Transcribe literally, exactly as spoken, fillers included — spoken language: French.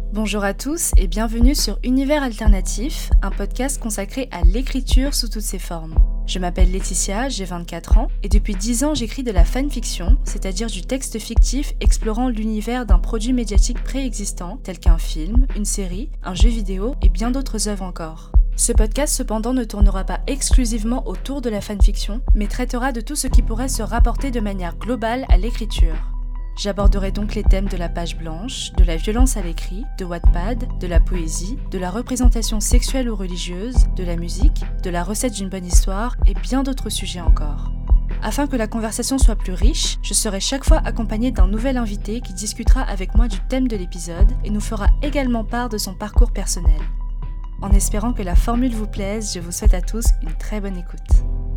Bonjour à tous et bienvenue sur Univers Alternatif, un podcast consacré à l'écriture sous toutes ses formes. Je m'appelle Laetitia, j'ai vingt-quatre ans et depuis dix ans j'écris de la fanfiction, c'est-à-dire du texte fictif explorant l'univers d'un produit médiatique préexistant tel qu'un film, une série, un jeu vidéo et bien d'autres œuvres encore. Ce podcast cependant ne tournera pas exclusivement autour de la fanfiction, mais traitera de tout ce qui pourrait se rapporter de manière globale à l'écriture. J'aborderai donc les thèmes de la page blanche, de la violence à l'écrit, de Wattpad, de la poésie, de la représentation sexuelle ou religieuse, de la musique, de la recette d'une bonne histoire et bien d'autres sujets encore. Afin que la conversation soit plus riche, je serai chaque fois accompagnée d'un nouvel invité qui discutera avec moi du thème de l'épisode et nous fera également part de son parcours personnel. En espérant que la formule vous plaise, je vous souhaite à tous une très bonne écoute.